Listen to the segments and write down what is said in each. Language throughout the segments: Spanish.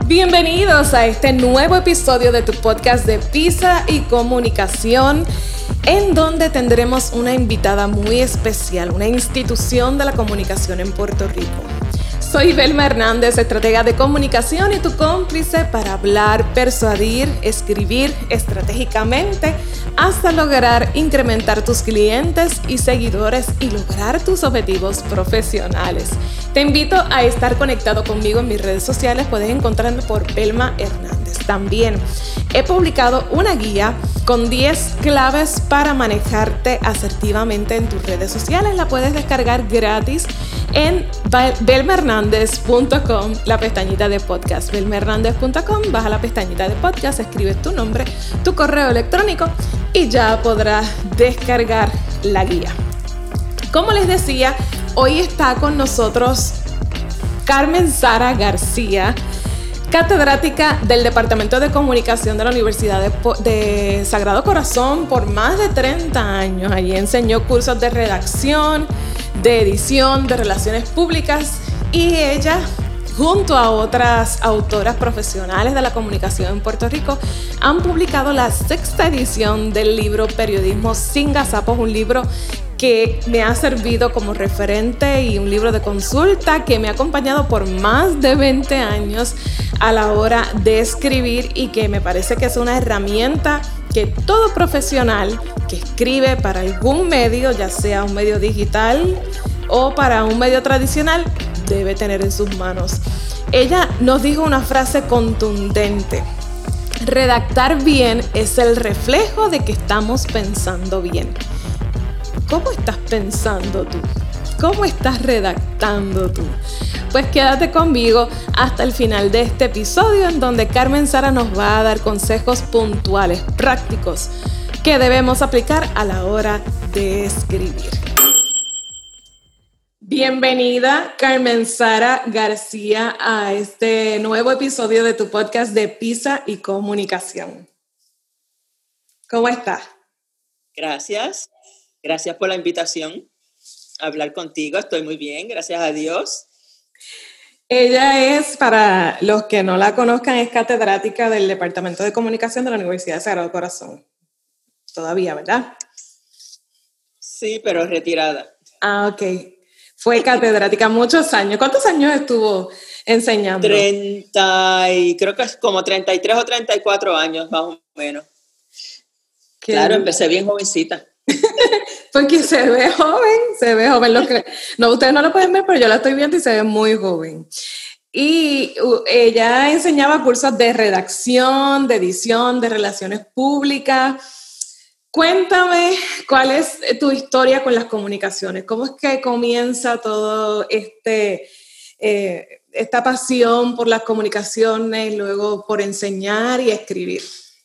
Bienvenidos a este nuevo episodio de tu podcast de Pisa y Comunicación, en donde tendremos una invitada muy especial, una institución de la comunicación en Puerto Rico. Soy Belma Hernández, estratega de comunicación y tu cómplice para hablar, persuadir, escribir estratégicamente hasta lograr incrementar tus clientes y seguidores y lograr tus objetivos profesionales. Te invito a estar conectado conmigo en mis redes sociales. Puedes encontrarme por Belma Hernández. También he publicado una guía con 10 claves para manejarte asertivamente en tus redes sociales. La puedes descargar gratis en belmahernandez.com, la pestañita de podcast. belmahernandez.com, vas a la pestañita de podcast, escribes tu nombre, tu correo electrónico y ya podrás descargar la guía. Como les decía, hoy está con nosotros Carmen Sara García, catedrática del Departamento de Comunicación de la Universidad de Sagrado Corazón por más de 30 años. Allí enseñó cursos de redacción, de edición, de relaciones públicas, y ella, junto a otras autoras profesionales de la comunicación en Puerto Rico, han publicado la 6ª edición del libro Periodismo sin Gazapos, un libro que me ha servido como referente y un libro de consulta que me ha acompañado por más de 20 años a la hora de escribir, y que me parece que es una herramienta que todo profesional que escribe para algún medio, ya sea un medio digital o para un medio tradicional, debe tener en sus manos. Ella nos dijo una frase contundente: redactar bien es el reflejo de que estamos pensando bien. ¿Cómo estás pensando tú? ¿Cómo estás redactando tú? Pues quédate conmigo hasta el final de este episodio, en donde Carmen Sara nos va a dar consejos puntuales, prácticos, que debemos aplicar a la hora de escribir. Bienvenida, Carmen Sara García, a este nuevo episodio de tu podcast de Pisa y Comunicación. ¿Cómo estás? Gracias por la invitación a hablar contigo. Estoy muy bien, gracias a Dios. Ella es, para los que no la conozcan, es catedrática del Departamento de Comunicación de la Universidad de Sagrado Corazón. Todavía, ¿verdad? Sí, pero retirada. Ah, ok. Fue catedrática muchos años. ¿Cuántos años estuvo enseñando? Creo que es como 33 o 34 años, más o menos. Claro, empecé bien jovencita. Porque se ve joven. No, ustedes no lo pueden ver, pero yo la estoy viendo y se ve muy joven. Y ella enseñaba cursos de redacción, de edición, de relaciones públicas. Cuéntame, ¿cuál es tu historia con las comunicaciones? ¿Cómo es que comienza todo esta pasión por las comunicaciones, luego por enseñar y escribir?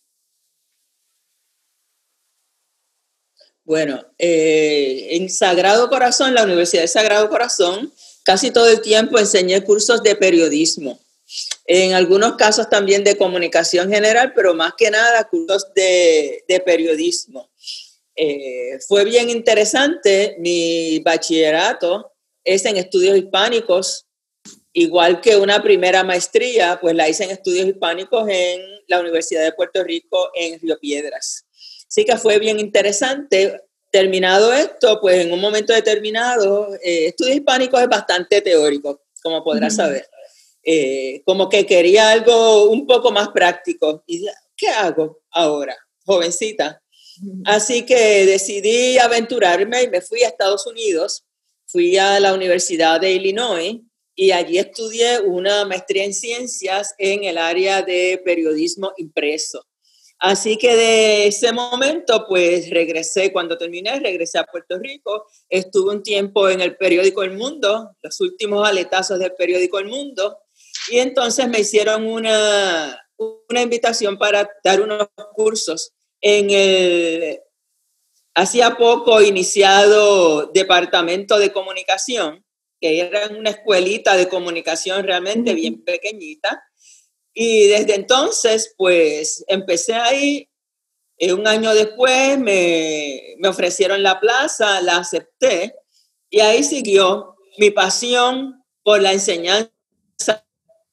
Bueno, en Sagrado Corazón, la Universidad de Sagrado Corazón, casi todo el tiempo enseñé cursos de periodismo. En algunos casos también de comunicación general, pero más que nada cursos de periodismo. Fue bien interesante. Mi bachillerato es en estudios hispánicos, igual que una primera maestría, pues la hice en estudios hispánicos en la Universidad de Puerto Rico en Río Piedras. Así que fue bien interesante. Terminado esto, pues en un momento determinado, estudios hispánicos es bastante teórico, como podrás saber. Como que quería algo un poco más práctico. Y ¿qué hago ahora, jovencita? Así que decidí aventurarme y me fui a Estados Unidos. Fui a la Universidad de Illinois y allí estudié una maestría en ciencias en el área de periodismo impreso. Así que de ese momento, pues cuando terminé, regresé a Puerto Rico. Estuve un tiempo en el periódico El Mundo, los últimos aletazos del periódico El Mundo, y entonces me hicieron una invitación para dar unos cursos en el hacía poco iniciado Departamento de Comunicación, que era una escuelita de comunicación realmente bien pequeñita. Y desde entonces, pues, empecé ahí. Un año después me ofrecieron la plaza, la acepté, y ahí siguió mi pasión por la enseñanza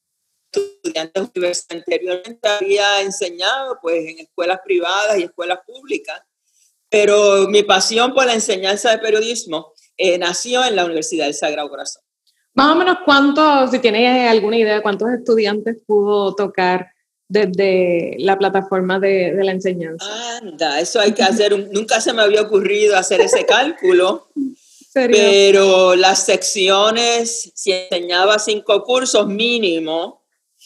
estudiantes universitarios. Anteriormente había enseñado pues, en escuelas privadas y escuelas públicas, pero mi pasión por la enseñanza de periodismo nació en la Universidad del Sagrado Corazón. Más o menos cuántos, si tienes alguna idea, cuántos estudiantes pudo tocar desde la plataforma de la enseñanza. Anda, eso hay que hacer, nunca se me había ocurrido hacer ese cálculo, pero las secciones, si enseñaba 5 cursos mínimo,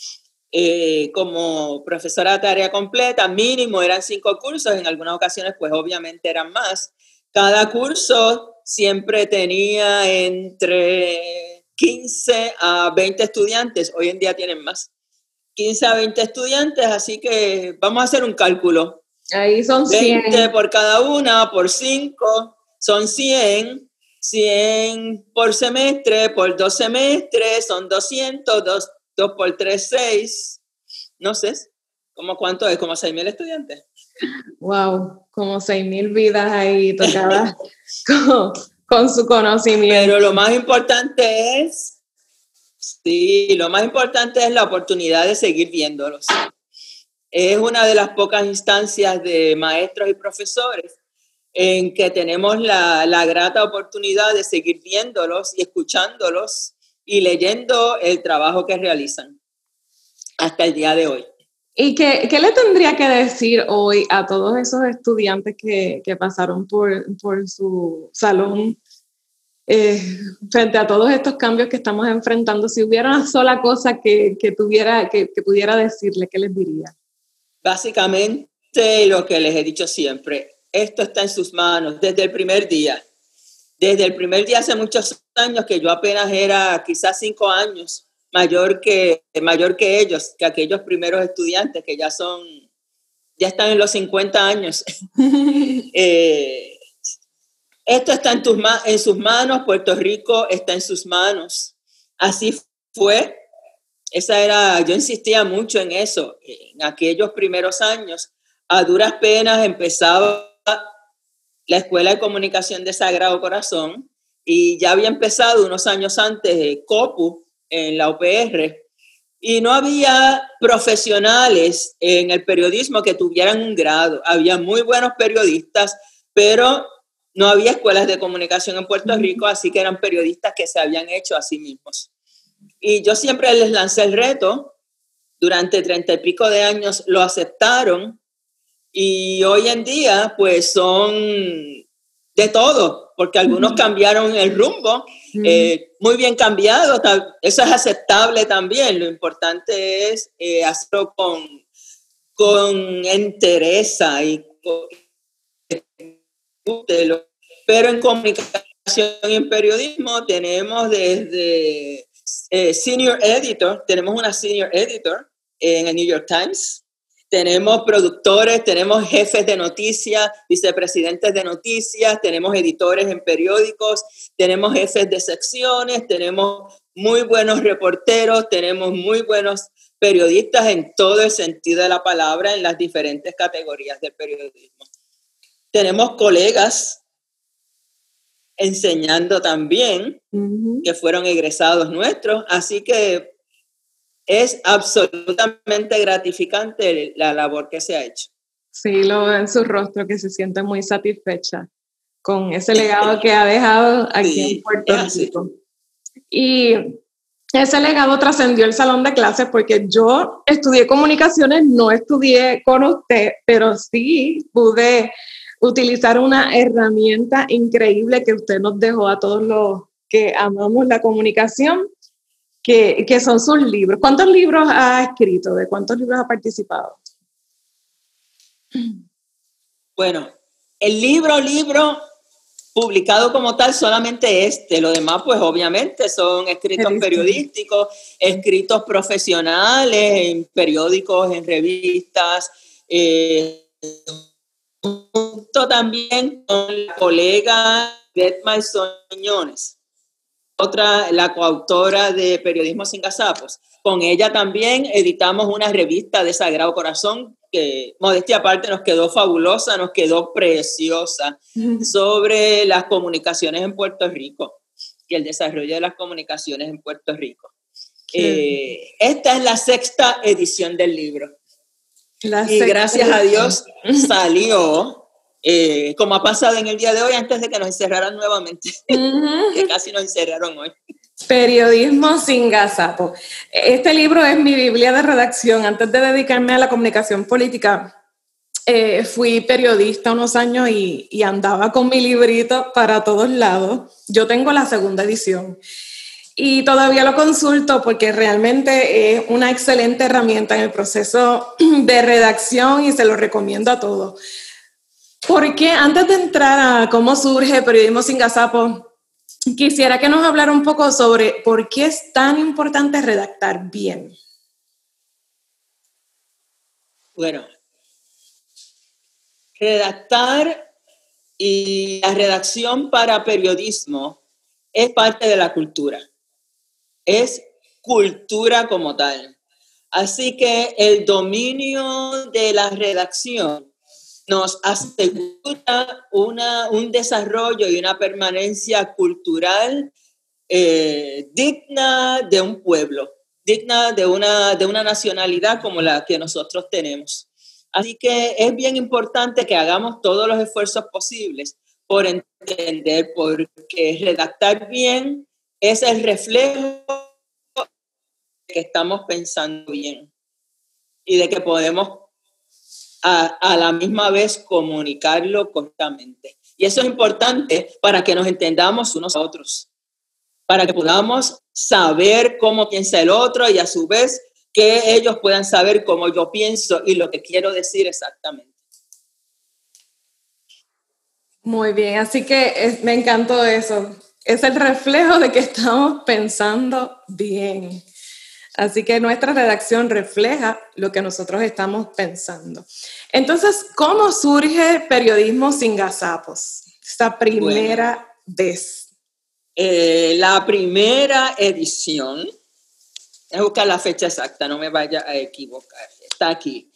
como profesora de tarea completa, mínimo eran 5 cursos, en algunas ocasiones pues obviamente eran más. Cada curso siempre tenía entre 15 a 20 estudiantes, hoy en día tienen más. 15 a 20 estudiantes, así que vamos a hacer un cálculo. Ahí son 100. 20 por cada una, por 5, son 100. 100 por semestre, por 2 semestres, son 200, 2 por 3, 6. No sé, ¿cómo cuánto es? ¿Como 6,000 estudiantes? Wow, como 6,000 vidas ahí tocadas con su conocimiento. Pero lo más importante es... Sí, lo más importante es la oportunidad de seguir viéndolos. Es una de las pocas instancias de maestros y profesores en que tenemos la grata oportunidad de seguir viéndolos y escuchándolos y leyendo el trabajo que realizan hasta el día de hoy. ¿Y qué le tendría que decir hoy a todos esos estudiantes que pasaron por su salón? Frente a todos estos cambios que estamos enfrentando, si hubiera una sola cosa que pudiera decirle, ¿qué les diría? Básicamente lo que les he dicho siempre, esto está en sus manos desde el primer día. Desde el primer día, hace muchos años, que yo apenas era quizás 5 años mayor que ellos, que aquellos primeros estudiantes que ya están en los 50 años. Esto está en sus manos, Puerto Rico está en sus manos. Así fue. Yo insistía mucho en eso. En aquellos primeros años, a duras penas empezaba la Escuela de Comunicación de Sagrado Corazón y ya había empezado unos años antes COPU en la UPR y no había profesionales en el periodismo que tuvieran un grado. Había muy buenos periodistas, pero no había escuelas de comunicación en Puerto Rico, así que eran periodistas que se habían hecho a sí mismos. Y yo siempre les lancé el reto, durante 30 y pico de años lo aceptaron, y hoy en día pues son de todo, porque algunos cambiaron el rumbo, muy bien cambiado, eso es aceptable también, lo importante es hacerlo con entereza y pero en comunicación y en periodismo tenemos desde senior editor, tenemos una senior editor en el New York Times, tenemos productores, tenemos jefes de noticias, vicepresidentes de noticias, tenemos editores en periódicos, tenemos jefes de secciones, tenemos muy buenos reporteros, tenemos muy buenos periodistas en todo el sentido de la palabra en las diferentes categorías del periodismo. Tenemos colegas enseñando también, que fueron egresados nuestros, así que es absolutamente gratificante la labor que se ha hecho. Sí, lo veo en su rostro, que se siente muy satisfecha con ese legado que ha dejado aquí en Puerto Rico. Y ese legado trascendió el salón de clases porque yo estudié comunicaciones, no estudié con usted, pero sí pude utilizar una herramienta increíble que usted nos dejó a todos los que amamos la comunicación, que son sus libros. ¿Cuántos libros ha escrito? ¿De cuántos libros ha participado? Bueno, el libro publicado como tal solamente lo demás pues obviamente son escritos periodísticos, escritos profesionales en periódicos, en revistas, junto también con la colega Detmar Soñones, la coautora de Periodismo sin Gazapos. Con ella también editamos una revista de Sagrado Corazón que, modestia aparte, nos quedó fabulosa, nos quedó preciosa, sobre las comunicaciones en Puerto Rico y el desarrollo de las comunicaciones en Puerto Rico. Esta es la 6ª edición del libro. Y gracias a Dios salió, como ha pasado en el día de hoy, antes de que nos encerraran nuevamente, que casi nos encerraron hoy. Periodismo sin gazapo. Este libro es mi Biblia de redacción. Antes de dedicarme a la comunicación política, fui periodista unos años y andaba con mi librito para todos lados. Yo tengo la 2ª edición y todavía lo consulto porque realmente es una excelente herramienta en el proceso de redacción y se lo recomiendo a todos. Porque antes de entrar a cómo surge Periodismo sin gazapo, quisiera que nos hablara un poco sobre por qué es tan importante redactar bien. Bueno, redactar y la redacción para periodismo es parte de la cultura. Es cultura como tal. Así que el dominio de la redacción nos asegura un desarrollo y una permanencia cultural digna de un pueblo, digna de una nacionalidad como la que nosotros tenemos. Así que es bien importante que hagamos todos los esfuerzos posibles por entender, porque redactar bien es el reflejo de que estamos pensando bien y de que podemos a la misma vez comunicarlo correctamente. Y eso es importante para que nos entendamos unos a otros, para que podamos saber cómo piensa el otro y a su vez que ellos puedan saber cómo yo pienso y lo que quiero decir exactamente. Muy bien, así que me encantó eso. Es el reflejo de que estamos pensando bien. Así que nuestra redacción refleja lo que nosotros estamos pensando. Entonces, ¿cómo surge Periodismo sin gazapos? Esta primera vez. La primera edición, voy a buscar la fecha exacta, no me vaya a equivocar, está aquí,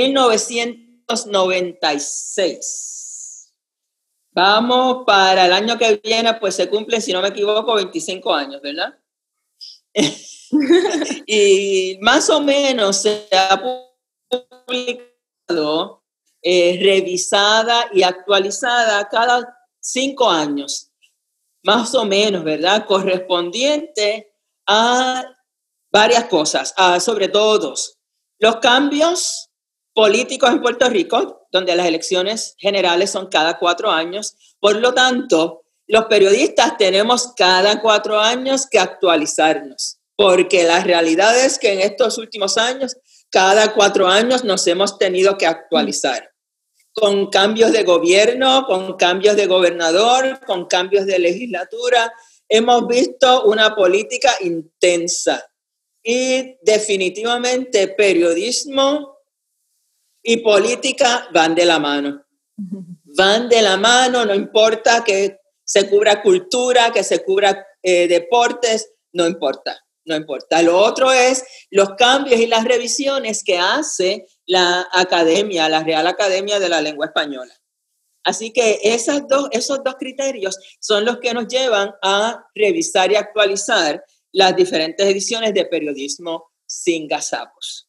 1996. Vamos para el año que viene, pues se cumple, si no me equivoco, 25 años, ¿verdad? Y más o menos se ha publicado, revisada y actualizada cada 5 años, más o menos, ¿verdad? Correspondiente a varias cosas, sobre todo 2. Los cambios políticos en Puerto Rico, donde las elecciones generales son cada 4 años. Por lo tanto, los periodistas tenemos cada 4 años que actualizarnos, porque la realidad es que en estos últimos años, cada 4 años nos hemos tenido que actualizar. Con cambios de gobierno, con cambios de gobernador, con cambios de legislatura, hemos visto una política intensa. Y definitivamente periodismo y política van de la mano. Van de la mano, no importa que se cubra cultura, que se cubra deportes, no importa. Lo otro es los cambios y las revisiones que hace la academia, la Real Academia de la Lengua Española. Así que esos dos criterios son los que nos llevan a revisar y actualizar las diferentes ediciones de Periodismo sin gazapos.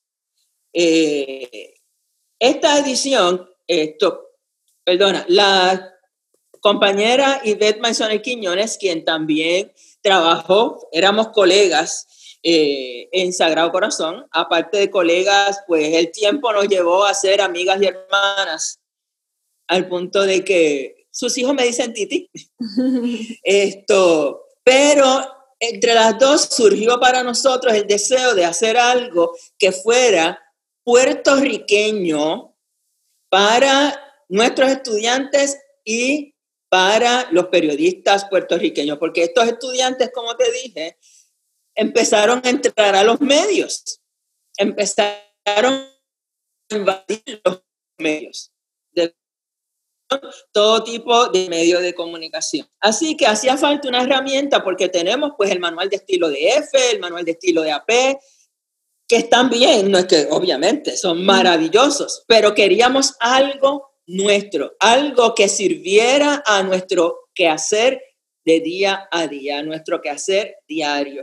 Esta edición, la compañera Ivette Manzoni Quiñones, quien también trabajó, éramos colegas en Sagrado Corazón, aparte de colegas, pues el tiempo nos llevó a ser amigas y hermanas, al punto de que sus hijos me dicen Titi. Pero entre las dos surgió para nosotros el deseo de hacer algo que fuera puertorriqueño para nuestros estudiantes y para los periodistas puertorriqueños, porque estos estudiantes, como te dije, empezaron a entrar a los medios, empezaron a invadir los medios, de todo tipo de medios de comunicación. Así que hacía falta una herramienta porque tenemos pues el manual de estilo de F, el manual de estilo de AP, que están bien, no es que obviamente son maravillosos, pero queríamos algo nuestro, algo que sirviera a nuestro quehacer de día a día, a nuestro quehacer diario.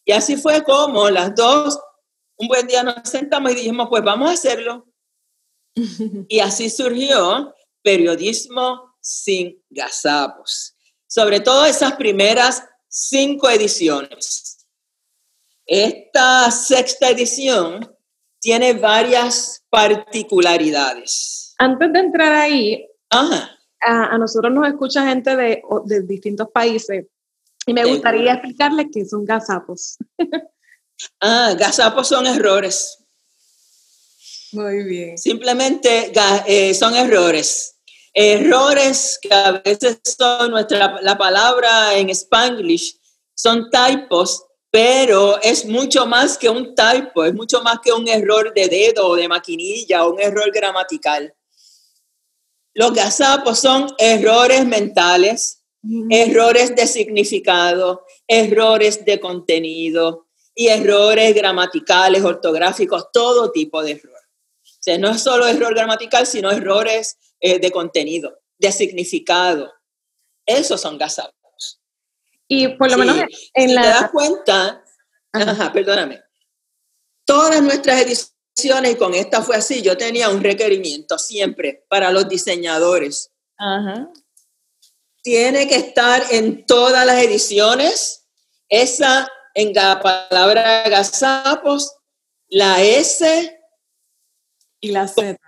Y así fue como las dos, un buen día nos sentamos y dijimos, pues vamos a hacerlo. Y así surgió Periodismo sin Gazapos. Sobre todo esas primeras 5 ediciones. Esta 6ª edición tiene varias particularidades. Antes de entrar ahí, Ajá. A nosotros nos escucha gente de distintos países y me gustaría explicarles qué son gazapos. Gazapos son errores. Muy bien. Simplemente son errores. Errores que a veces son la palabra en Spanglish, son typos, pero es mucho más que un typo, es mucho más que un error de dedo o de maquinilla o un error gramatical. Los gazapos son errores mentales, errores de significado, errores de contenido y errores gramaticales, ortográficos, todo tipo de error. O sea, no es solo error gramatical, sino errores de contenido, de significado. Esos son gazapos. Y por lo menos si te das cuenta, perdóname, todas nuestras ediciones, y con esta fue así, yo tenía un requerimiento siempre para los diseñadores. Ajá. Tiene que estar en todas las ediciones, esa en la palabra gazapos, la S y la Z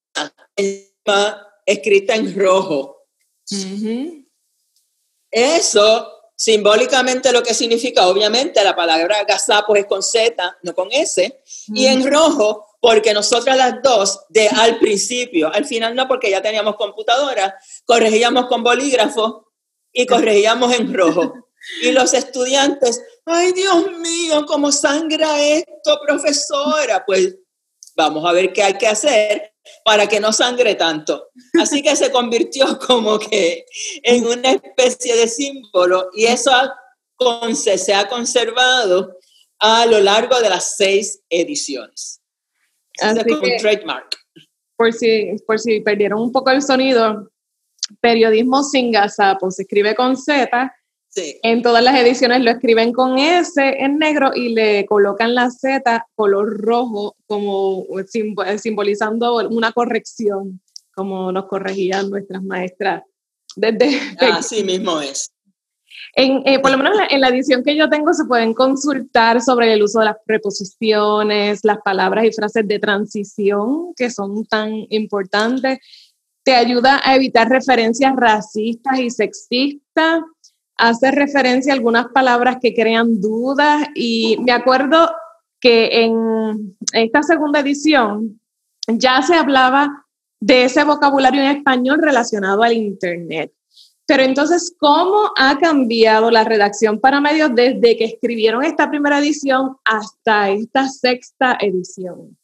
escrita en rojo. Uh-huh. Eso simbólicamente lo que significa, obviamente la palabra gazapos es con Z, no con S, y en rojo porque nosotras las dos al principio, al final no, porque ya teníamos computadora, corregíamos con bolígrafo y corregíamos en rojo. Y los estudiantes, ¡ay, Dios mío, cómo sangra esto, profesora! Pues vamos a ver qué hay que hacer para que no sangre tanto. Así que se convirtió como que en una especie de símbolo y eso se ha conservado a lo largo de las 6 ediciones. Así es como que, un trademark. Por si perdieron un poco el sonido, Periodismo sin Gazapos se escribe con Z. Sí. En todas las ediciones lo escriben con S en negro y le colocan la Z color rojo como simbolizando una corrección, como nos corregían nuestras maestras. Así mismo es. Por lo menos en la edición que yo tengo se pueden consultar sobre el uso de las preposiciones, las palabras y frases de transición que son tan importantes. Te ayuda a evitar referencias racistas y sexistas. Hace referencia a algunas palabras que crean dudas y me acuerdo que en esta 2ª edición ya se hablaba de ese vocabulario en español relacionado al Internet. Pero entonces, ¿cómo ha cambiado la redacción para medios desde que escribieron esta primera edición hasta esta 6ª edición?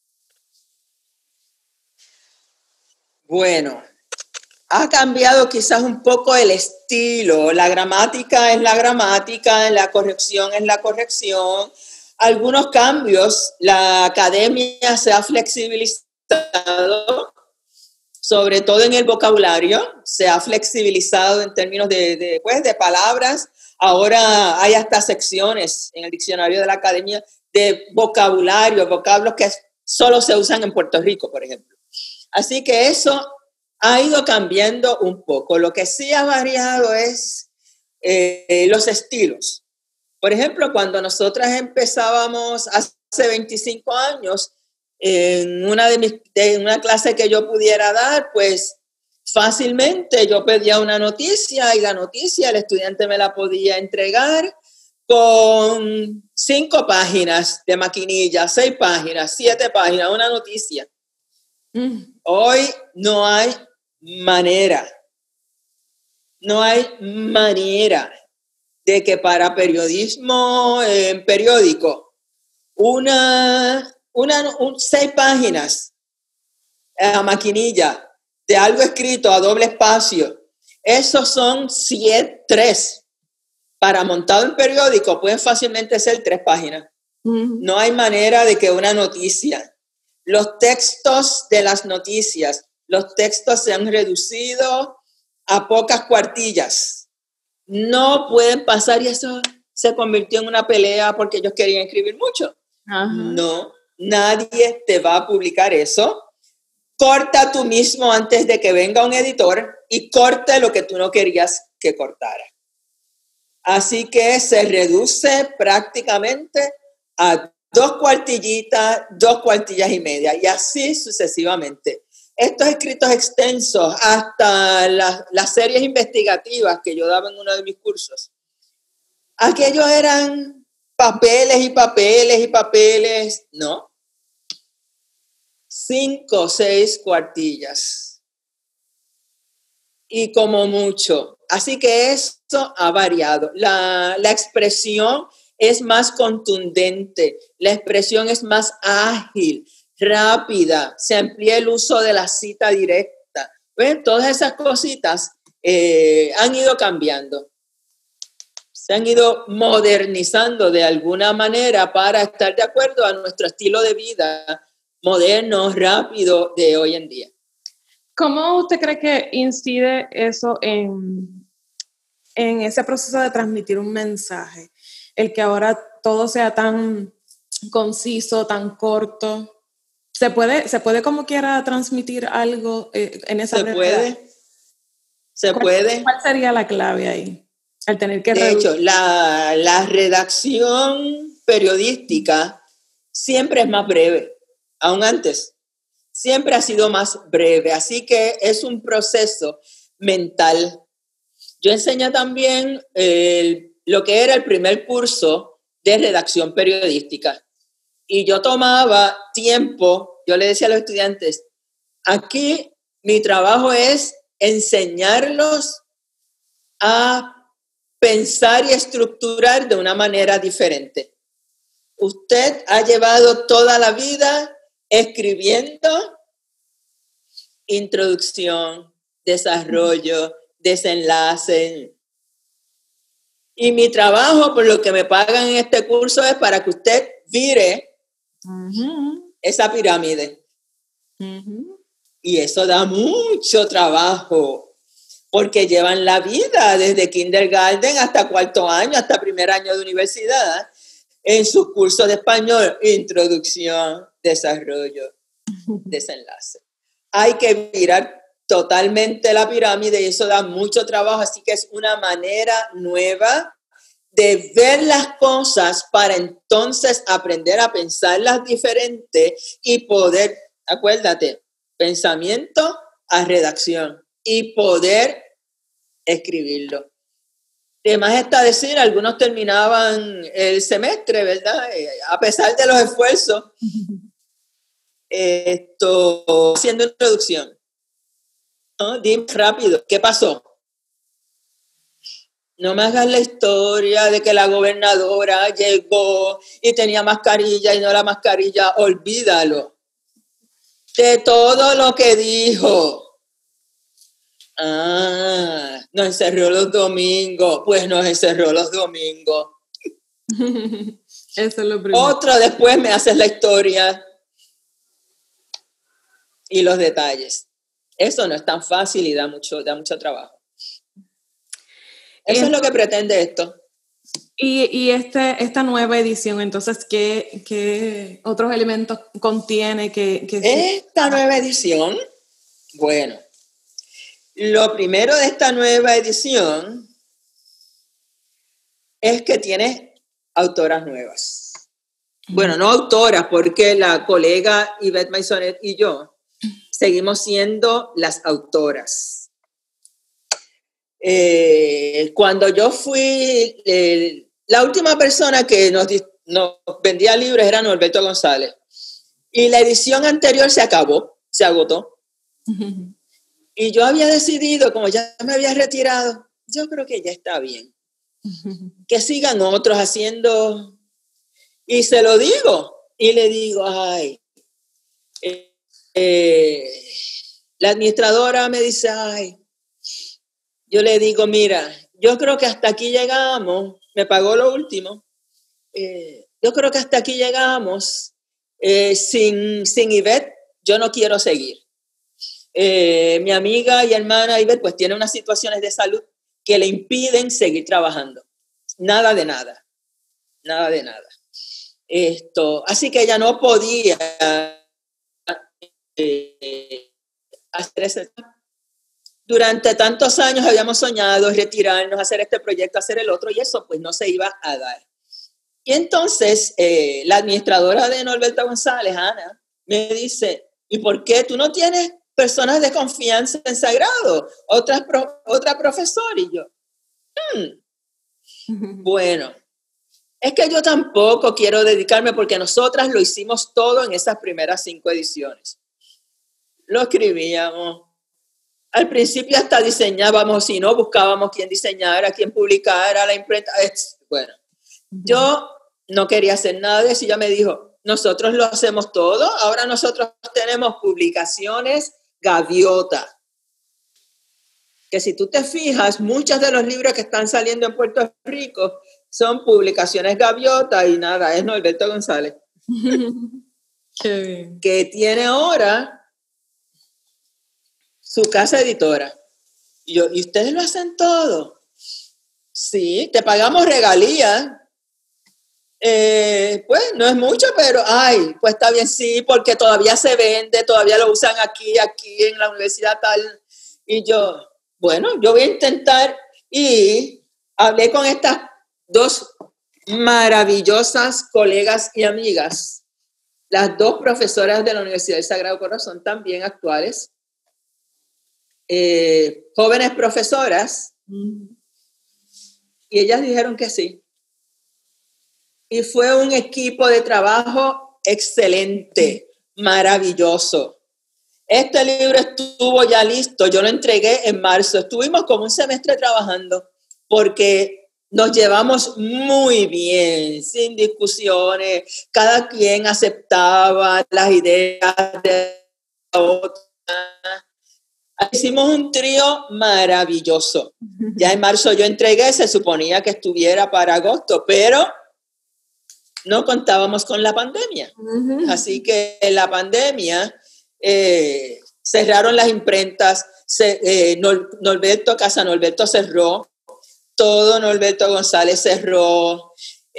Bueno, ha cambiado quizás un poco el estilo. La gramática es la gramática, la corrección es la corrección. Algunos cambios, la academia se ha flexibilizado, sobre todo en el vocabulario, se ha flexibilizado en términos de palabras. Ahora hay hasta secciones en el diccionario de la academia de vocablos que solo se usan en Puerto Rico, por ejemplo. Así que eso ha ido cambiando un poco. Lo que sí ha variado es los estilos. Por ejemplo, cuando nosotras empezábamos hace 25 años, en una clase que yo pudiera dar, pues fácilmente yo pedía una noticia y la noticia el estudiante me la podía entregar con 5 páginas de maquinilla, 6 páginas, 7 páginas, una noticia. Hoy no hay manera de que para periodismo en periódico 6 páginas a maquinilla de algo escrito a doble espacio, esos son 3. Para montado en periódico pueden fácilmente ser 3 páginas. No hay manera de que una noticia, los textos de las noticias, los textos se han reducido a pocas cuartillas. No pueden pasar, y eso se convirtió en una pelea porque ellos querían escribir mucho. Ajá. No, nadie te va a publicar eso. Corta tú mismo antes de que venga un editor y corte lo que tú no querías que cortara. Así que se reduce prácticamente a 2 cuartillitas, 2 cuartillas y media, y así sucesivamente. Estos escritos extensos, hasta las series investigativas que yo daba en uno de mis cursos, aquellos eran papeles y papeles y papeles, ¿no? 5 o 6 cuartillas. Y como mucho. Así que esto ha variado. La expresión es más contundente, la expresión es más ágil, rápida, se amplía el uso de la cita directa. ¿Ven? Todas esas cositas han ido cambiando. Se han ido modernizando de alguna manera para estar de acuerdo a nuestro estilo de vida moderno, rápido de hoy en día. ¿Cómo usted cree que incide eso en ese proceso de transmitir un mensaje? El que ahora todo sea tan conciso, tan corto. ¿Se puede como quiera transmitir algo en esa brevedad? Se puede. ¿Cuál sería la clave ahí? Al tener que de hecho, la redacción periodística siempre es más breve, aún antes. Siempre ha sido más breve, así que es un proceso mental. Yo enseñé también lo que era el primer curso de redacción periodística. Y yo tomaba tiempo, yo le decía a los estudiantes, aquí mi trabajo es enseñarlos a pensar y estructurar de una manera diferente. Usted ha llevado toda la vida escribiendo introducción, desarrollo, desenlace. Y mi trabajo, por lo que me pagan en este curso, es para que usted vire esa pirámide. Y eso da mucho trabajo, porque llevan la vida desde kindergarten hasta 4º año, hasta primer año de universidad, en sus cursos de español, introducción, desarrollo, desenlace. Hay que virar totalmente la pirámide y eso da mucho trabajo, así que es una manera nueva de ver las cosas para entonces aprender a pensarlas diferente y poder, acuérdate, pensamiento a redacción y poder escribirlo. Además está decir, algunos terminaban el semestre, ¿verdad? A pesar de los esfuerzos, haciendo introducción. ¿No? Dime rápido, ¿qué pasó? No me hagas la historia de que la gobernadora llegó y tenía mascarilla y no la mascarilla, olvídalo. De todo lo que dijo. Nos encerró los domingos. Pues nos encerró los domingos. Eso es lo primero. Otro después me haces la historia y los detalles. Eso no es tan fácil y da mucho trabajo. Eso es lo que pretende esto. Y esta nueva edición, entonces, ¿qué otros elementos contiene? Esta nueva edición, bueno, lo primero de esta nueva edición es que tiene autoras nuevas. Bueno, no autoras, porque la colega Yvette Maisonet y yo seguimos siendo las autoras. Cuando yo fui, la última persona que nos vendía libros era Norberto González. Y la edición anterior se agotó. Y yo había decidido, como ya me había retirado, yo creo que ya está bien. Que sigan otros haciendo. Y se lo digo. Y le digo, la administradora me dice, yo le digo, mira, yo creo que hasta aquí llegamos, me pagó lo último, yo creo que hasta aquí llegamos, sin Yvette yo no quiero seguir. Mi amiga y hermana Yvette pues tiene unas situaciones de salud que le impiden seguir trabajando, nada de nada. nada de nada. Así que ella no podía hacer ese. Durante tantos años habíamos soñado retirarnos, hacer este proyecto, hacer el otro, y eso pues no se iba a dar. Y entonces la administradora de Norberto González, Ana, me dice, ¿y por qué tú no tienes personas de confianza en Sagrado? Otra profesora. Y yo, bueno, es que yo tampoco quiero dedicarme porque nosotras lo hicimos todo en esas primeras 5 ediciones. Lo escribíamos. Al principio hasta diseñábamos, si no, buscábamos quién diseñara, quién publicara, la imprenta. Bueno, yo no quería hacer nada de eso y ella me dijo, nosotros lo hacemos todo, ahora nosotros tenemos publicaciones Gaviota. Que si tú te fijas, muchos de los libros que están saliendo en Puerto Rico son publicaciones Gaviota y nada, es Norberto González. Qué bien. Que tiene ahora su casa editora. ¿Y ustedes lo hacen todo? Sí, te pagamos regalías. Pues no es mucho, pero pues está bien, sí, porque todavía se vende, todavía lo usan aquí en la universidad tal. Y yo, bueno, yo voy a intentar, y hablé con estas 2 maravillosas colegas y amigas, las 2 profesoras de la Universidad del Sagrado Corazón, también actuales, jóvenes profesoras, y ellas dijeron que sí. Y fue un equipo de trabajo excelente, maravilloso. Este libro estuvo ya listo, yo lo entregué en marzo. Estuvimos como un semestre trabajando porque nos llevamos muy bien, sin discusiones. Cada quien aceptaba las ideas de la otra. Hicimos un trío maravilloso. Ya en marzo yo entregué, se suponía que estuviera para agosto, pero no contábamos con la pandemia. Así que en la pandemia cerraron las imprentas, Casa Norberto cerró, todo Norberto González cerró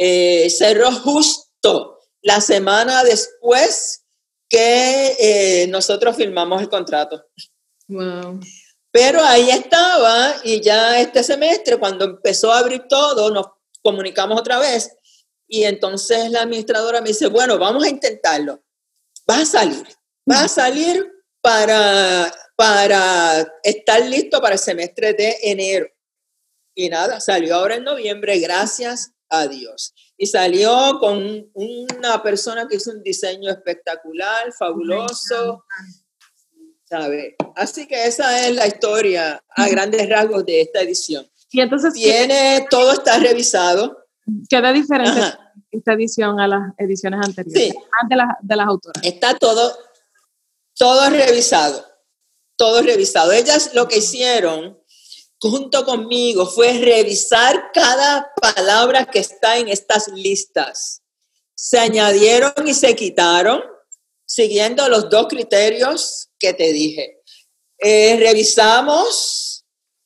justo la semana después que nosotros firmamos el contrato. Wow. Pero ahí estaba, y ya este semestre, cuando empezó a abrir todo, nos comunicamos otra vez, y entonces la administradora me dice, bueno, vamos a intentarlo. Vas a salir para estar listo para el semestre de enero. Y nada, salió ahora en noviembre, gracias a Dios. Y salió con una persona que hizo un diseño espectacular, fabuloso, ¿sabe? Así que esa es la historia a grandes rasgos de esta edición. Y entonces todo está revisado. ¿Queda diferente esta edición a las ediciones anteriores? Sí. Además de las autoras. Está todo revisado. Todo revisado. Ellas lo que hicieron junto conmigo fue revisar cada palabra que está en estas listas. Se añadieron y se quitaron siguiendo los 2 criterios que te dije. Revisamos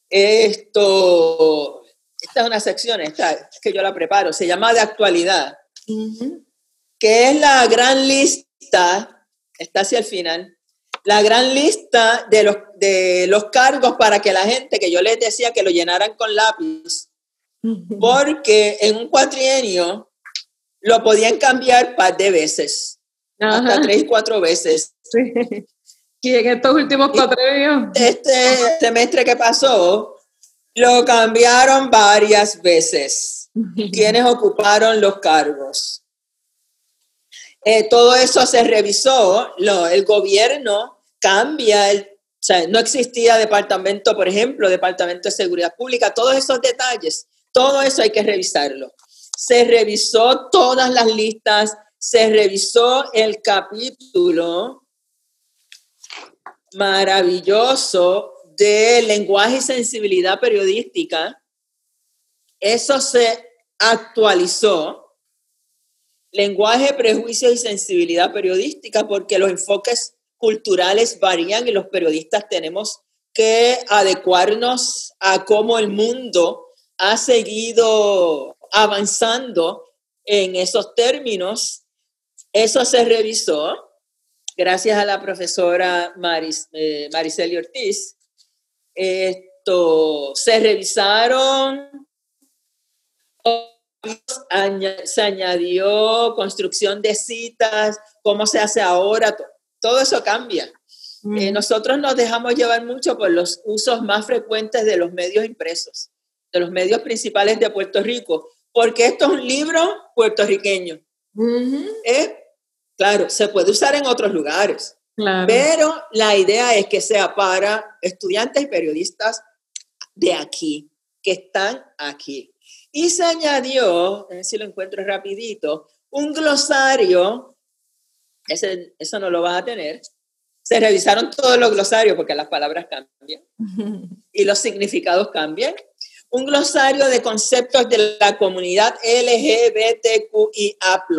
esto. Esta es una sección, es que yo la preparo, se llama de actualidad, que es la gran lista, está hacia el final, la gran lista de los cargos para que la gente, que yo les decía que lo llenaran con lápiz, porque en un cuatrienio lo podían cambiar un par de veces, hasta 3 y 4 veces. Sí. Y en estos últimos cuatrienios. Este semestre que pasó, lo cambiaron varias veces. Quienes ocuparon los cargos. Todo eso se revisó. El gobierno cambia. O sea, no existía departamento, por ejemplo, departamento de seguridad pública. Todos esos detalles, todo eso hay que revisarlo. Se revisó todas las listas. Se revisó el capítulo maravilloso de lenguaje y sensibilidad periodística. Eso se actualizó. Lenguaje, prejuicios y sensibilidad periodística, porque los enfoques culturales varían y los periodistas tenemos que adecuarnos a cómo el mundo ha seguido avanzando en esos términos. Eso se revisó gracias a la profesora Mariceli Ortiz. Se revisaron, se añadió construcción de citas, cómo se hace ahora, todo eso cambia. Nosotros nos dejamos llevar mucho por los usos más frecuentes de los medios impresos, de los medios principales de Puerto Rico, porque esto es un libro puertorriqueño. Claro, se puede usar en otros lugares, claro, pero la idea es que sea para estudiantes y periodistas de aquí, que están aquí. Y se añadió, a ver si lo encuentro rapidito, un glosario, eso no lo vas a tener. Se revisaron todos los glosarios porque las palabras cambian y los significados cambian. Un glosario de conceptos de la comunidad LGBTQIA+.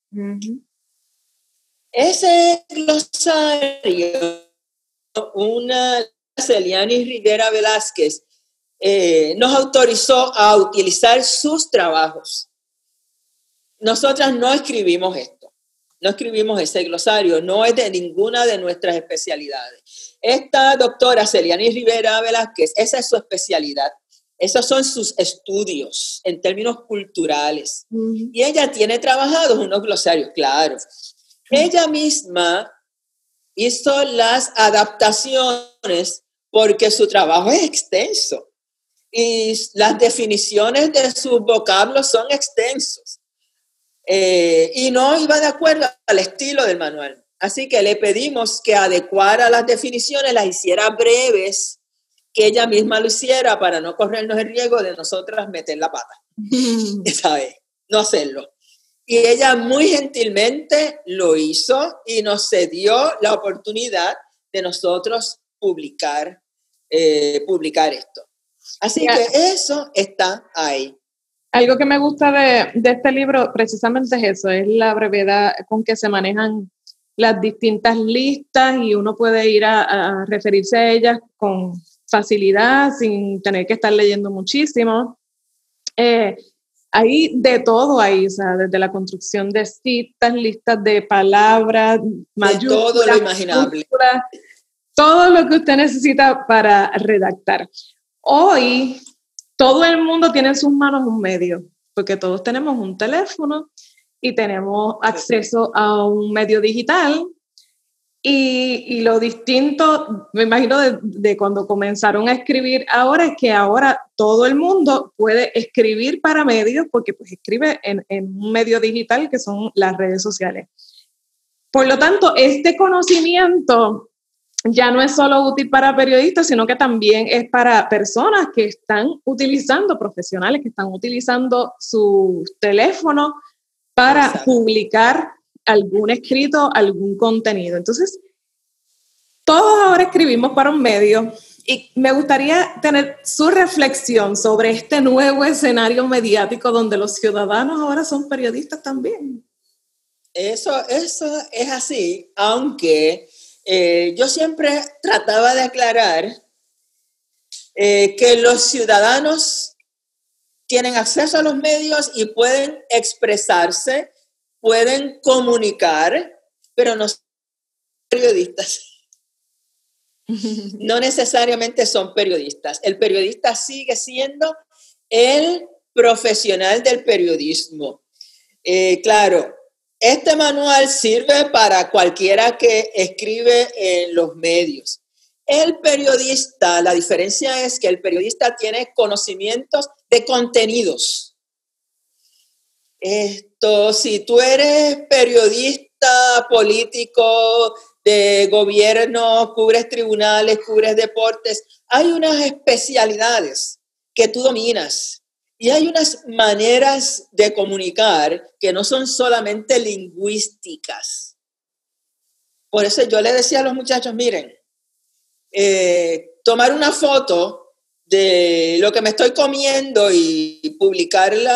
Ese glosario, una Celianis Rivera Velázquez, nos autorizó a utilizar sus trabajos. Nosotras no escribimos esto, no escribimos ese glosario, no es de ninguna de nuestras especialidades. Esta doctora Celianis Rivera Velázquez, esa es su especialidad. Esos son sus estudios en términos culturales. Y ella tiene trabajados unos glosarios, claro. Ella misma hizo las adaptaciones porque su trabajo es extenso y las definiciones de sus vocablos son extensos y no iba de acuerdo al estilo del manual. Así que le pedimos que adecuara las definiciones, las hiciera breves, que ella misma lo hiciera para no corrernos el riesgo de nosotras meter la pata, ¿sabes? No hacerlo. Y ella muy gentilmente lo hizo y nos cedió la oportunidad de nosotros publicar esto. Así que eso está ahí. Algo que me gusta de este libro precisamente es eso, es la brevedad con que se manejan las distintas listas y uno puede ir a referirse a ellas con facilidad sin tener que estar leyendo muchísimo. Hay de todo ahí, o sea, desde la construcción de citas, listas de palabras, mayúsculas, todo lo imaginable. Todo lo que usted necesita para redactar. Hoy, todo el mundo tiene en sus manos un medio, porque todos tenemos un teléfono y tenemos acceso a un medio digital. Y lo distinto, me imagino, de cuando comenzaron a escribir ahora, es que ahora todo el mundo puede escribir para medios, porque pues escribe en un medio digital que son las redes sociales. Por lo tanto, este conocimiento ya no es solo útil para periodistas, sino que también es para personas que están utilizando, profesionales que están utilizando su teléfono para publicar algún escrito, algún contenido. Entonces, todos ahora escribimos para un medio y me gustaría tener su reflexión sobre este nuevo escenario mediático donde los ciudadanos ahora son periodistas también. Eso es así, aunque yo siempre trataba de aclarar que los ciudadanos tienen acceso a los medios y pueden expresarse, pueden comunicar, pero no son periodistas. No necesariamente son periodistas. El periodista sigue siendo el profesional del periodismo. Claro, este manual sirve para cualquiera que escribe en los medios. El periodista, la diferencia es que el periodista tiene conocimientos de contenidos. Si tú eres periodista político, de gobierno, cubres tribunales, cubres deportes, hay unas especialidades que tú dominas y hay unas maneras de comunicar que no son solamente lingüísticas. Por eso yo le decía a los muchachos, miren, tomar una foto de lo que me estoy comiendo y publicarla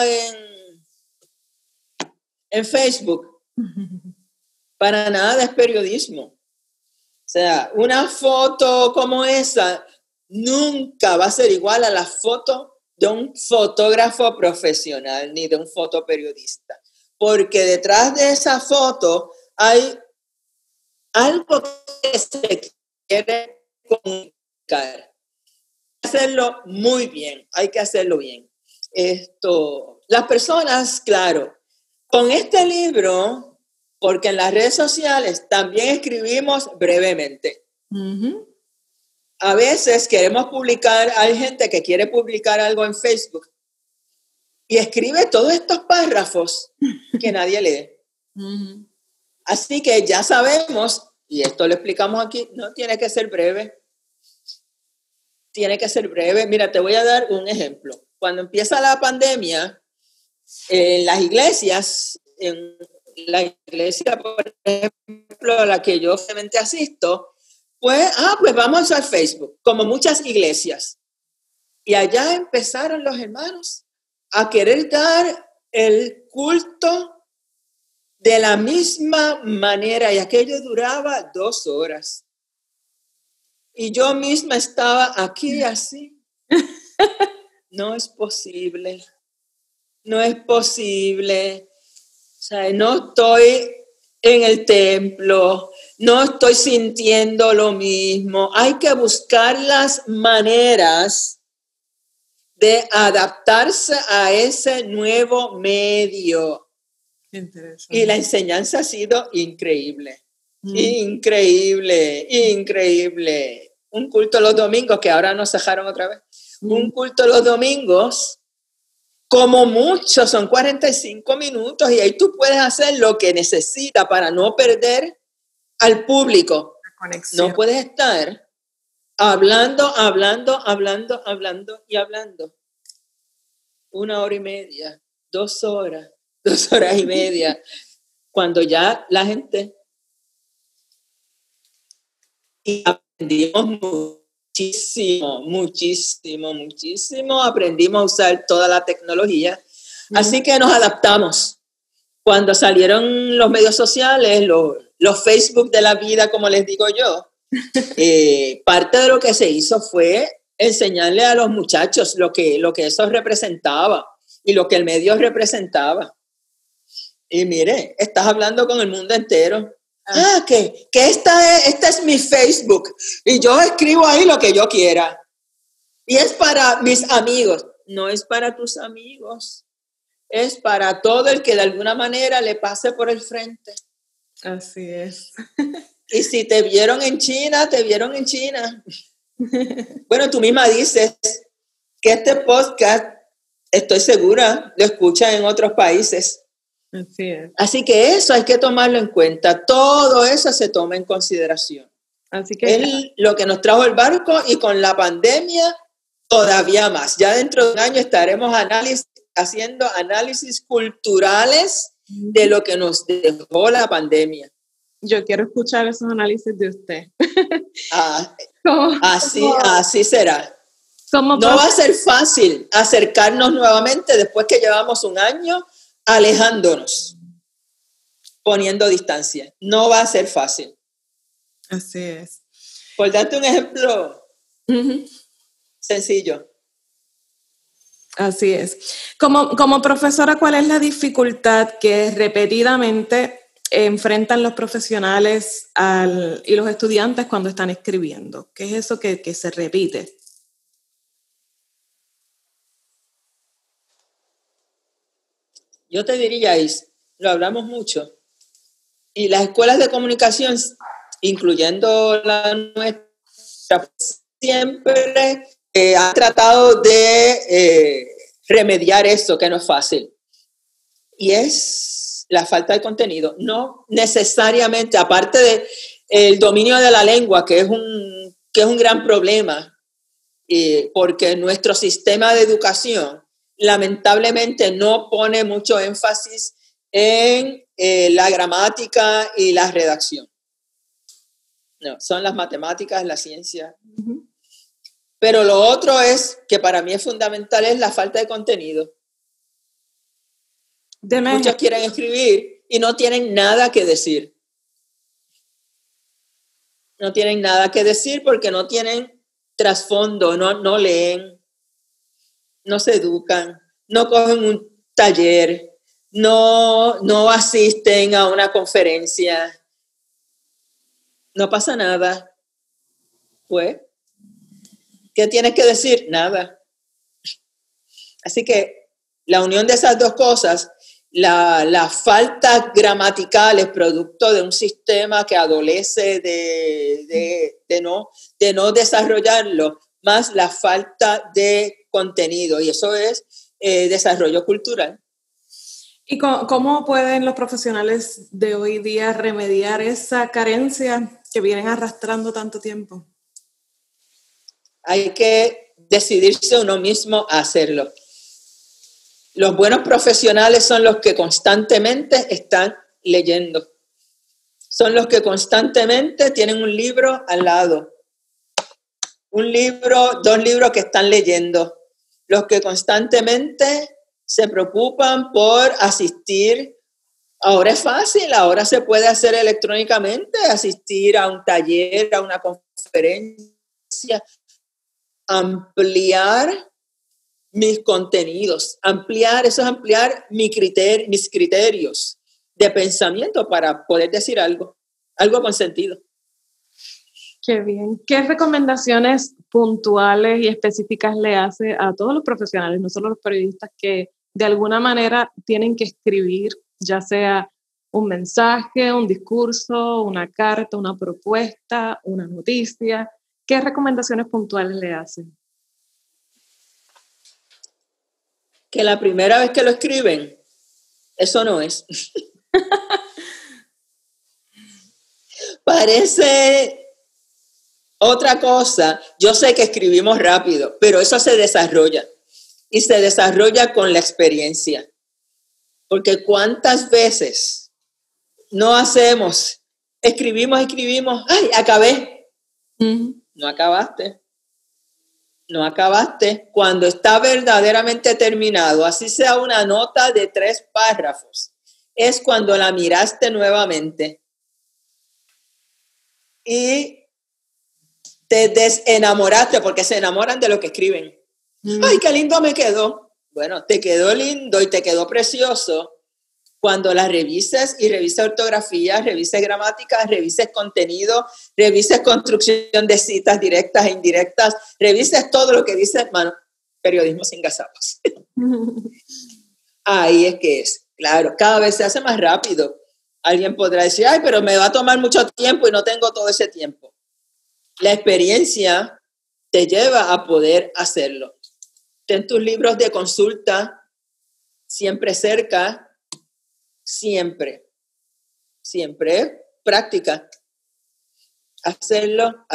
en Facebook, para nada es periodismo. O sea, una foto como esa nunca va a ser igual a la foto de un fotógrafo profesional ni de un fotoperiodista. porque detrás de esa foto hay algo que se quiere comunicar. Hay que hacerlo muy bien, hay que hacerlo bien. Las personas, claro, con este libro, porque en las redes sociales también escribimos brevemente. Uh-huh. A veces queremos publicar, hay gente que quiere publicar algo en Facebook y escribe todos estos párrafos que nadie lee. Uh-huh. Así que ya sabemos, y esto lo explicamos aquí, no tiene que ser breve. Tiene que ser breve. Mira, te voy a dar un ejemplo. Cuando empieza la pandemia, en las iglesias, en la iglesia, por ejemplo, a la que yo obviamente asisto, pues vamos a usar Facebook, como muchas iglesias. Y allá empezaron los hermanos a querer dar el culto de la misma manera, y aquello duraba 2 horas. Y yo misma estaba aquí así. No es posible. No es posible. O sea, no estoy en el templo, no estoy sintiendo lo mismo. Hay que buscar las maneras de adaptarse a ese nuevo medio. Y la enseñanza ha sido increíble. Increíble. Un culto los domingos, que ahora nos dejaron otra vez. Un culto los domingos, como mucho, son 45 minutos y ahí tú puedes hacer lo que necesitas para no perder al público. No puedes estar hablando y hablando. 1 hora y media, 2 horas, 2 horas y media, cuando ya la gente... Y aprendimos muchísimo, aprendimos a usar toda la tecnología, así que nos adaptamos. Cuando salieron los medios sociales, los Facebook de la vida, como les digo yo, parte de lo que se hizo fue enseñarle a los muchachos lo que eso representaba y lo que el medio representaba. Y mire, estás hablando con el mundo entero. Que esta es mi Facebook y yo escribo ahí lo que yo quiera. Y es para mis amigos. No es para tus amigos. Es para todo el que de alguna manera le pase por el frente. Así es. Y si te vieron en China, te vieron en China. Bueno, tú misma dices que este podcast, estoy segura, lo escuchan en otros países. Así es. Así que eso hay que tomarlo en cuenta. Todo eso se toma en consideración. Así que es lo que nos trajo el barco, y con la pandemia todavía más. Ya dentro de un año estaremos haciendo análisis culturales de lo que nos dejó la pandemia. Yo quiero escuchar esos análisis de usted. Así será. No va a ser fácil acercarnos nuevamente después que llevamos un año alejándonos, poniendo distancia. No va a ser fácil. Así es. Por darte un ejemplo sencillo. Así es. Como profesora, ¿cuál es la dificultad que repetidamente enfrentan los profesionales y los estudiantes cuando están escribiendo? ¿Qué es eso que se repite? Yo te diría, lo hablamos mucho, y las escuelas de comunicación, incluyendo la nuestra, siempre han tratado de remediar eso, que no es fácil. Y es la falta de contenido. No necesariamente, aparte del dominio de la lengua, que es un gran problema, porque nuestro sistema de educación lamentablemente no pone mucho énfasis en la gramática y la redacción. No, son las matemáticas, la ciencia. Uh-huh. Pero lo otro es, que para mí es fundamental, es la falta de contenido. Muchos quieren escribir y no tienen nada que decir. No tienen nada que decir porque no tienen trasfondo, no leen, no se educan, no cogen un taller, no asisten a una conferencia, no pasa nada. Pues, ¿qué tienes que decir? Nada. Así que la unión de esas dos cosas, la falta gramatical es producto de un sistema que adolece de no desarrollarlo, más la falta de contenido, y eso es desarrollo cultural. ¿Y cómo pueden los profesionales de hoy día remediar esa carencia que vienen arrastrando tanto tiempo? Hay que decidirse uno mismo a hacerlo. Los buenos profesionales son los que constantemente están leyendo. Son los que constantemente tienen un libro al lado. Un libro, 2 libros que están leyendo. Los que constantemente se preocupan por asistir. Ahora es fácil, ahora se puede hacer electrónicamente, asistir a un taller, a una conferencia, ampliar mis contenidos, ampliar mis criterios de pensamiento para poder decir algo con sentido. Qué bien. ¿Qué recomendaciones puntuales y específicas le hace a todos los profesionales, no solo los periodistas, que de alguna manera tienen que escribir, ya sea un mensaje, un discurso, una carta, una propuesta, una noticia? ¿Qué recomendaciones puntuales le hacen? Que la primera vez que lo escriben, eso no es. Parece otra cosa. Yo sé que escribimos rápido, pero eso se desarrolla. Y se desarrolla con la experiencia. Porque ¿cuántas veces no hacemos? Escribimos, ¡ay, acabé! No acabaste. No acabaste. Cuando está verdaderamente terminado, así sea una nota de 3 párrafos, es cuando la miraste nuevamente y te desenamoraste, porque se enamoran de lo que escriben. ¡Ay, qué lindo me quedó! Bueno, te quedó lindo y te quedó precioso cuando las revises, y revises ortografía, revises gramática, revises contenido, revises construcción de citas directas e indirectas, revises todo lo que dice, hermano, periodismo sin gazapas. Ahí es que es. Claro, cada vez se hace más rápido. Alguien podrá decir, ay, pero me va a tomar mucho tiempo y no tengo todo ese tiempo. La experiencia te lleva a poder hacerlo. Ten tus libros de consulta siempre cerca. Siempre práctica. Hacerlo.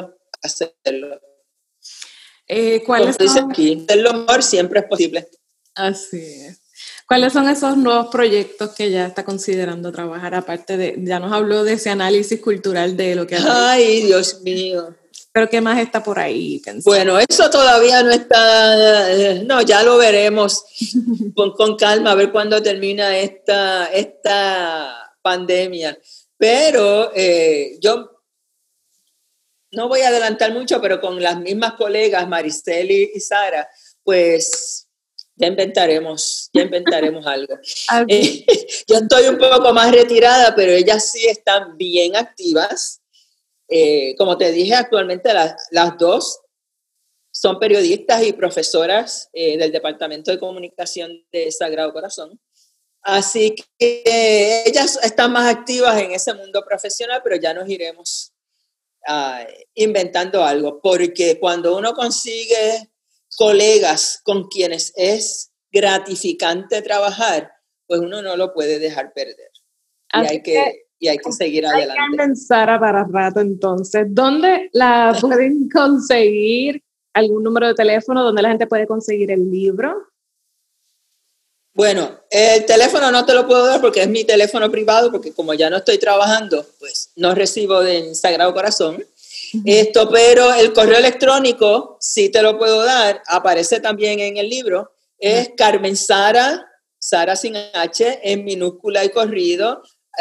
¿Cuáles Como dice son? aquí, hacerlo mejor siempre es posible. Así es. ¿Cuáles son esos nuevos proyectos que ya está considerando trabajar? Aparte ya nos habló de ese análisis cultural de lo que ha... Ay, Dios mío. ¿Pero qué más está por ahí pensando? Bueno, eso todavía no está, no, ya lo veremos con calma, a ver cuándo termina esta pandemia. Pero yo no voy a adelantar mucho, pero con las mismas colegas, Mariceli y Sara, pues ya inventaremos algo. Yo estoy un poco más retirada, pero ellas sí están bien activas. Como te dije, actualmente las dos son periodistas y profesoras del Departamento de Comunicación de Sagrado Corazón. Así que ellas están más activas en ese mundo profesional, pero ya nos iremos inventando algo, porque cuando uno consigue colegas con quienes es gratificante trabajar, pues uno no lo puede dejar perder. Y hay que seguir adelante. Hay que comenzar para rato, entonces. ¿Dónde la pueden conseguir? ¿Algún número de teléfono donde la gente puede conseguir el libro? Bueno, el teléfono no te lo puedo dar porque es mi teléfono privado, porque como ya no estoy trabajando, pues no recibo de Sagrado Corazón. Pero el correo electrónico sí te lo puedo dar, aparece también en el libro, es Carmen Sara sin H, en minúscula y corrido,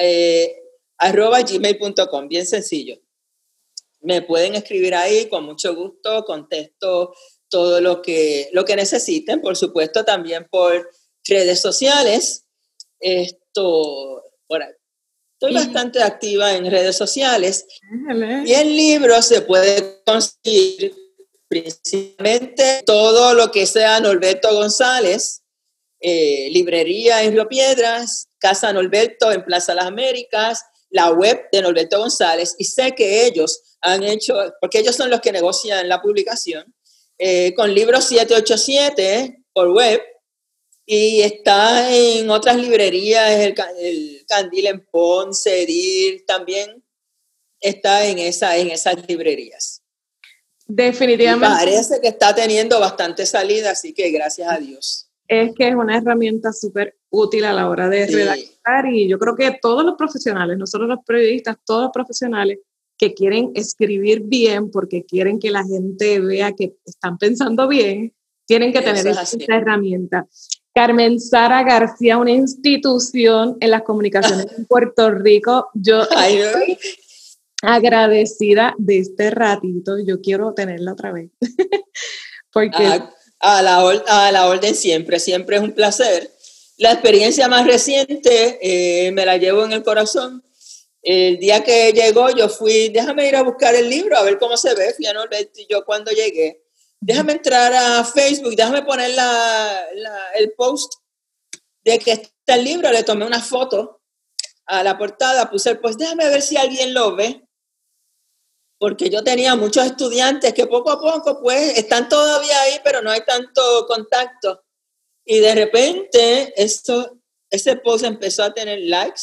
@gmail.com, bien sencillo. Me pueden escribir ahí, con mucho gusto, contesto todo lo que necesiten, por supuesto también por redes sociales, Por ahí. Estoy bastante activa en redes sociales. Y el libro se puede conseguir principalmente todo lo que sea Norberto González, librería en Río Piedras, Casa Norberto en Plaza Las Américas, la web de Norberto González, y sé que ellos han hecho, porque ellos son los que negocian la publicación, con Libros 787 por web, y está en otras librerías, el Candil en Ponce, Edil, también está en esas librerías. Definitivamente. Y parece que está teniendo bastante salida, así que gracias a Dios. Es que es una herramienta súper útil a la hora de redactar, y yo creo que todos los profesionales, nosotros los periodistas, todos los profesionales que quieren escribir bien porque quieren que la gente vea que están pensando bien, tienen que tener esta herramienta. Carmen-Sara García, una institución en las comunicaciones en Puerto Rico. Yo estoy agradecida de este ratito. Yo quiero tenerla otra vez. Porque a la orden siempre es un placer. La experiencia más reciente me la llevo en el corazón. El día que llegó yo fui, déjame ir a buscar el libro, a ver cómo se ve. Fui a Norberto y yo cuando llegué, déjame entrar a Facebook, déjame poner el post de que está el libro. Le tomé una foto a la portada, puse el post, déjame ver si alguien lo ve. Porque yo tenía muchos estudiantes que poco a poco pues están todavía ahí, pero no hay tanto contacto. Y de repente ese post empezó a tener likes.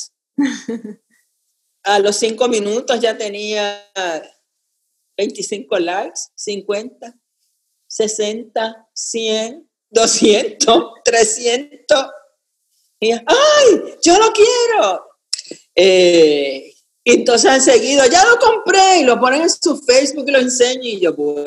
A los 5 minutos ya tenía 25 likes, 50, 60, 100, 200, 300. Y ¡ay, yo lo quiero! Entonces han seguido, ya lo compré, y lo ponen en su Facebook y lo enseño, y yo, bueno,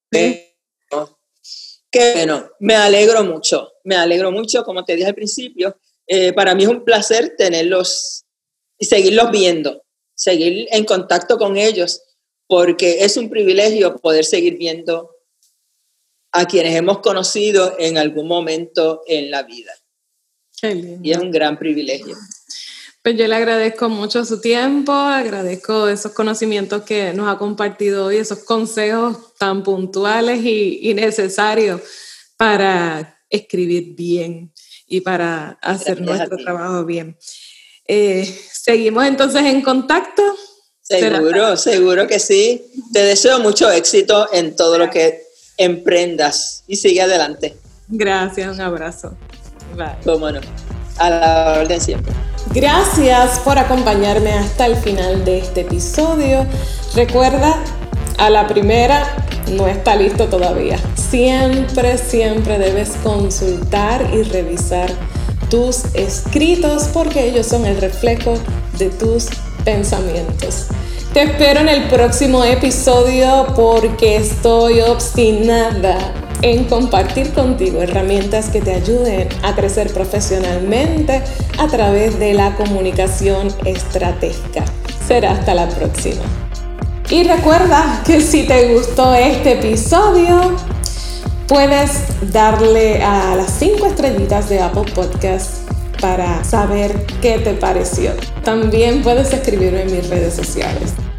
qué bueno, me alegro mucho, como te dije al principio, para mí es un placer tenerlos y seguirlos viendo, seguir en contacto con ellos, porque es un privilegio poder seguir viendo a quienes hemos conocido en algún momento en la vida. Qué lindo. Y es un gran privilegio. Pues yo le agradezco mucho su tiempo, agradezco esos conocimientos que nos ha compartido hoy, esos consejos tan puntuales y necesarios para escribir bien y para hacer nuestro trabajo bien. ¿Seguimos entonces en contacto? Seguro que sí. Te deseo mucho éxito en todo lo que emprendas y sigue adelante. Gracias, un abrazo. Bye. Cómo no. A la orden siempre. Gracias por acompañarme hasta el final de este episodio. Recuerda, a la primera no está listo todavía. Siempre debes consultar y revisar tus escritos porque ellos son el reflejo de tus pensamientos. Te espero en el próximo episodio porque estoy obstinada en compartir contigo herramientas que te ayuden a crecer profesionalmente a través de la comunicación estratégica. Será hasta la próxima. Y recuerda que si te gustó este episodio, puedes darle a las 5 estrellitas de Apple Podcast para saber qué te pareció. También puedes escribirme en mis redes sociales.